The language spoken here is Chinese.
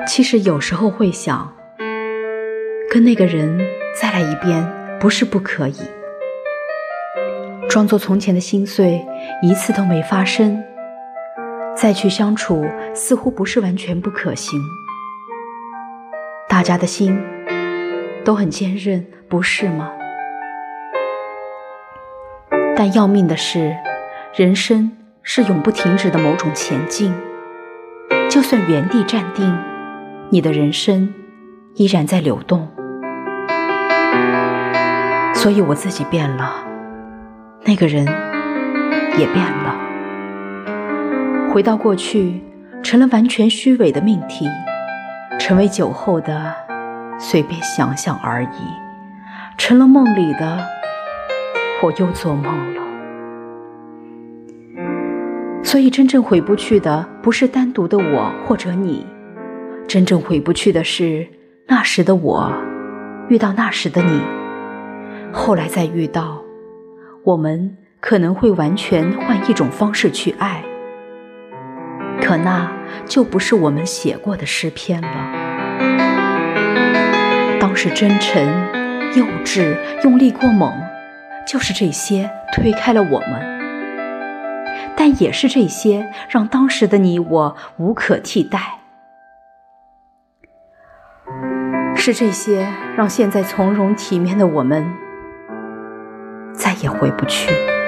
其实有时候会想，跟那个人再来一遍不是不可以，装作从前的心碎一次都没发生，再去相处似乎不是完全不可行。大家的心都很坚韧，不是吗？但要命的是，人生是永不停止的某种前进，就算原地站定，你的人生依然在流动。所以我自己变了，那个人也变了，回到过去，成了完全虚伪的命题，成为酒后的随便想想而已，成了梦里的我又做梦了。所以真正回不去的不是单独的我或者你，真正回不去的是那时的我遇到那时的你，后来再遇到，我们可能会完全换一种方式去爱，可那就不是我们写过的诗篇了。当时真诚、幼稚、用力过猛，就是这些推开了我们，但也是这些让当时的你我无可替代，是这些让现在从容体面的我们再也回不去。